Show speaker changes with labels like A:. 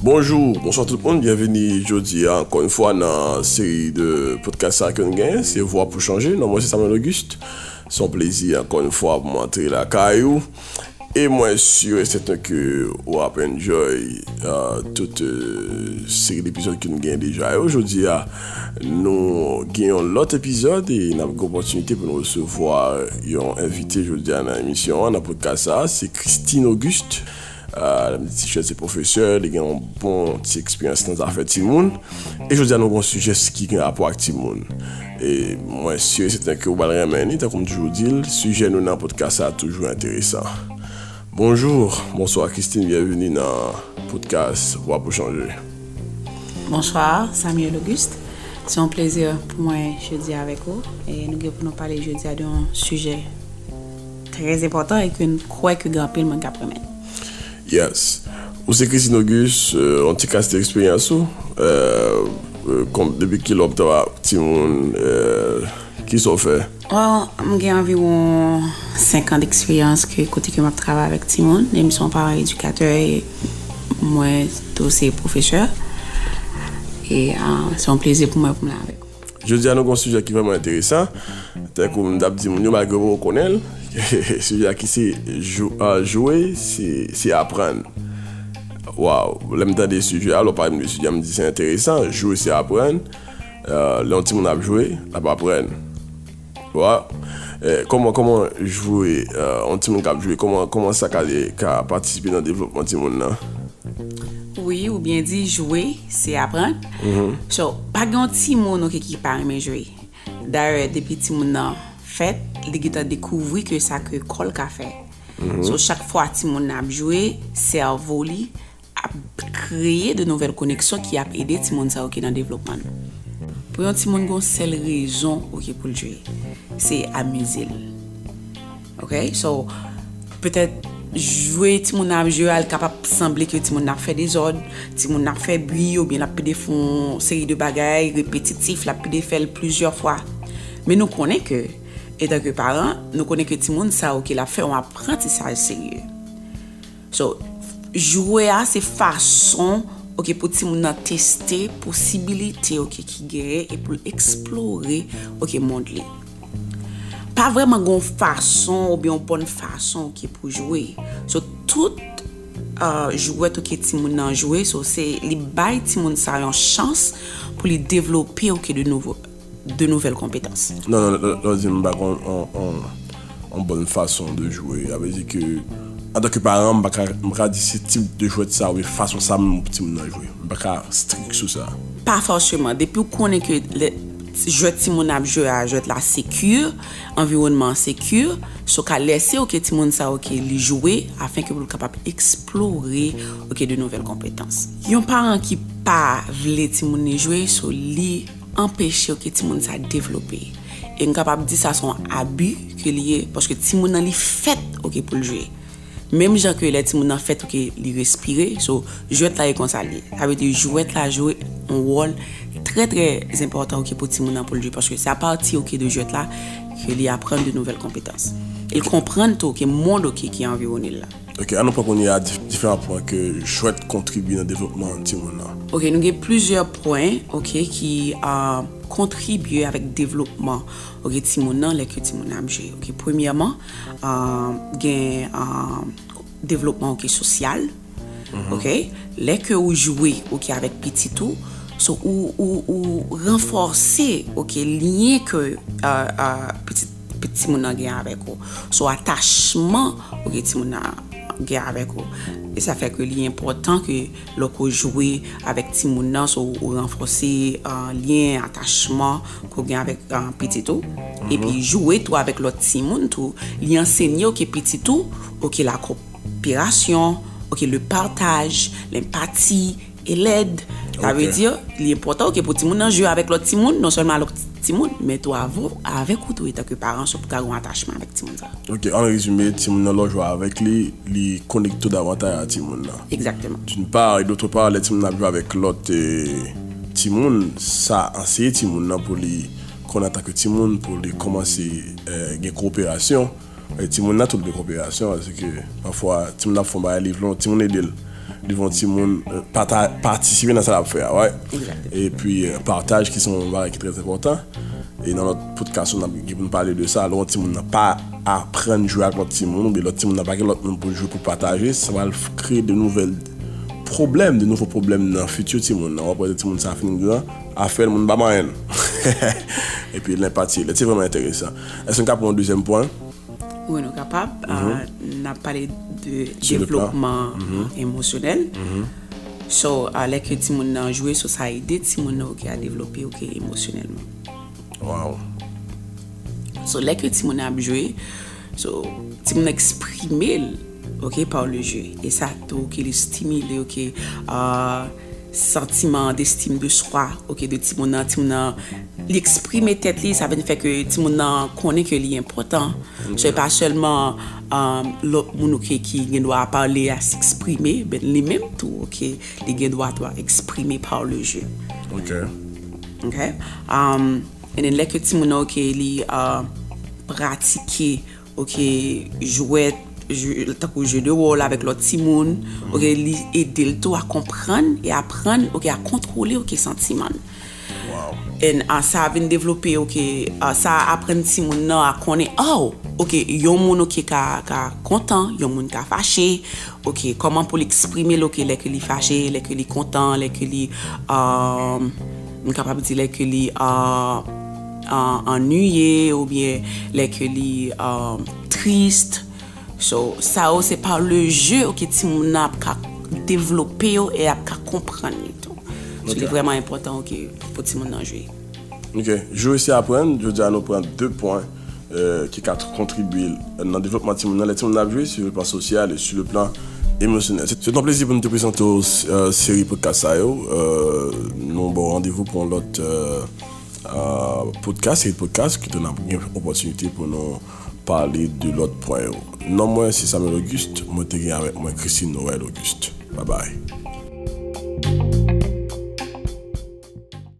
A: Bonjour, bonsoir tout le monde, bienvenue aujourd'hui encore une fois dans la série de podcasts à Congain, c'est Voix pour changer. Non, moi c'est Samuel Auguste, c'est un plaisir encore une fois pour montrer la caillou. Et moi sûr et certain que vous avez enjoy toute série d'épisodes que nous gagnons déjà. Et aujourd'hui, nous gagnons l'autre épisode et nous avons l'opportunité pour nous recevoir un invité aujourd'hui à l'émission, dans le podcast, c'est Christine Auguste. La petite chef, c'est professeur, il a une bonne expérience dans les affaires de Timoun. Et je dis à nous un sujet qui a un rapport avec Timoun. Et moi, sûr, c'est un que vous allez remercier, comme toujours dit, le sujet nous dans le podcast est toujours intéressant. Bonjour, bonsoir Christine, bienvenue dans le podcast Voix pour changer.
B: Bonsoir, Samuel Auguste. C'est un plaisir pour moi jeudi avec vous. Et nous allons parler jeudi d'un sujet très important et que nous croyons que grand pile manque après.
A: Yes. Ou c'est Christine Auguste, on t'a cassé l'expérience depuis qu'il a petit monde qui s'en fait.
B: J'ai environ 5 ans d'expérience que côté que je travaille avec Timon, ils sont parents éducateurs et moi aussi professeur. Et c'est un plaisir pour moi pour m'être avec.
A: Je dis à nous un sujet qui est vraiment intéressant. Tel comme d'hab dit mon malgré vous connaît, sujet qui c'est jouer, c'est apprendre. Waouh, l'aime dans des sujets alors par exemple le sujet me dit c'est intéressant, jouer c'est apprendre. L'anti-mon a joué, là pas apprendre. Waouh. Comment jouer anti-mon a joué, comment ça a participé dans le développement anti-mon là?
B: Oui, ou bien dit jouer, c'est apprendre. So, pas grand Timon qui parle mais jouer. D'ailleurs, depuis Timon a fait, il a découvert que ça que Col a fait. So, chaque fois Timon a joué, cerveau li a créé de nouvelles connexions qui a aidé Timon ça dans le développement. Pour un Timon gon seule raison pour le jouer, c'est amuser. OK? So, peut-être jouer Timon a joué elle capable sembler que Timon a fait des ordres, Timon a fait bruit ou bien a peut font série de bagages répétitifs, la peut faire plusieurs fois. Mais nous connaissons que étant que parents, nous connaissons que Timon ça OK l'a fait un apprentissage sérieux. So jouer à ces façons OK pour Timon tester possibilités OK qui gagne et pour explorer OK monde là. Pas vraiment une façon ou bien une bonne façon qui pour jouer. So tout jouet que Timon a joué, so c'est les bail Timon ça une chance pour les développer de nouvelles compétences.
A: Non, c'est une bonne façon de jouer. Ça veut dire que en tant que parent, je vais dire ce type de jouet ça, oui, façon ça mon petit monde a joué. Je vais pas strict sur ça.
B: Pas forcément. Depuis qu'on connaît que jouet Timon a joué à jouet la sécure, environnement sécure, so qu'a laisser OK Timon ça OK li jouer afin que vous capable explorer OK de nouvelles compétences. Yon parent qui pas vle Timon jouer so li empêcher OK Timon ça développer. Et on capable dire ça son abus que lié parce que Timon li fait OK pour le jouer. Même gens que les Timon en fait OK li respirer, so jouet là comme ça li. Ça veut dire jouet là jouer un rôle très très important OK pour Timon pour le jouer parce que c'est à partir OK de jouet là que li apprend de nouvelles compétences. Il comprend tout OK monde OK qui est environné là.
A: OK, alors pas qu'on y a différents points que chouette contribue dans le développement de Timon là.
B: OK, nous avons plusieurs points OK qui contribuent avec le développement OK Timon là que Timon a joué. OK, premièrement, gain développement OK social. OK, les que vous jouez OK avec petit tout so ou renforcer OK lien que petit mon gain avec vous. So attachement OK Timon gain avec vous. Et ça fait que c'est important que lorsque jouer avec Timon so renforcer lien attachement qu'on gain avec petit tout et puis jouer tout avec l'autre Timon tout lui enseigner OK petit tout OK la coopération OK le partage, l'empathie et l'aide. Ça veut dire l'important OK pour Timon jouer avec l'autre Timon non seulement l'autre Timon mais toi avec ou toi que parents sur pour avoir un attachement avec Timon ça.
A: OK, en résumé Timon là jouer avec les connecter davantage à Timon là.
B: Exactement.
A: D'une part et d'autre part les Timon jouer avec l'autre Timon ça enseigner Timon là pour les qu'on attaque Timon pour les commencer une coopération. Timon a toute de coopération parce que parfois Timon a font ba livre Timon aide devant tout le monde participer dans ça faire, ouais.
B: Exactement.
A: Et puis partage qui sont qui très important. Et dans notre podcast on a parlé de ça, l'autre tout le monde n'a pas apprendre à jouer avec l'autre tout le monde, mais l'autre tout le monde n'a pas l'autre monde pour jouer pour partager, ça va créer de nouveaux problèmes dans le futur tout le monde. On va pas tout le monde ça finit grand à faire le monde pas moyen. Et puis l'empathie, c'est vraiment intéressant. Est-ce qu'on a pour un deuxième point?
B: Oui, nous sommes capables. On a parlé de développement émotionnel. So, les que tout le monde a joué, ça a aidé tout le monde à développer émotionnellement.
A: Wow.
B: So, les que tout le monde a joué, so, tout le monde a exprimé par le jeu. Et ça, les stimuler, sentiment d'estime de soi, de tout le monde, l'exprimer tête li, ça veut dire que tout le monde connaît que c'est important. C'est pas seulement l'autre monde qui doit parler à s'exprimer, mais les mêmes tout, les doit exprimer par le jeu. OK. Et then les que tout le monde li pratiquer, jouer jeu de rôle avec l'autre petit monde, aider le tout à comprendre et apprendre, à contrôler sentiment.
A: Wow.
B: Et ça vient développer, ça apprend petit monde à connaître, yon monde qui est content, yon monde qui est fâché, comment pour l'exprimer, les que li fâché, les que li content, les que li capable de dire les que li ennuyé ou bien les que li triste. So, ça c'est par le jeu que tu as développé et à comprendre tout. C'est vraiment important pour tout le monde jouer.
A: OK, jouer aussi apprendre, je dis à nous prendre 2 points qui contribuent dans le développement de tout le monde jouer sur le plan social et sur le plan émotionnel. C'est un plaisir pour nous te présenter aux séries podcast. Nous avons rendez-vous pour l'autre série de podcast qui donne une opportunité pour nous parler de l'autre point. Non, moi, c'est Samuel Auguste. Moi, je suis avec moi, Christine Noël Auguste. Bye bye.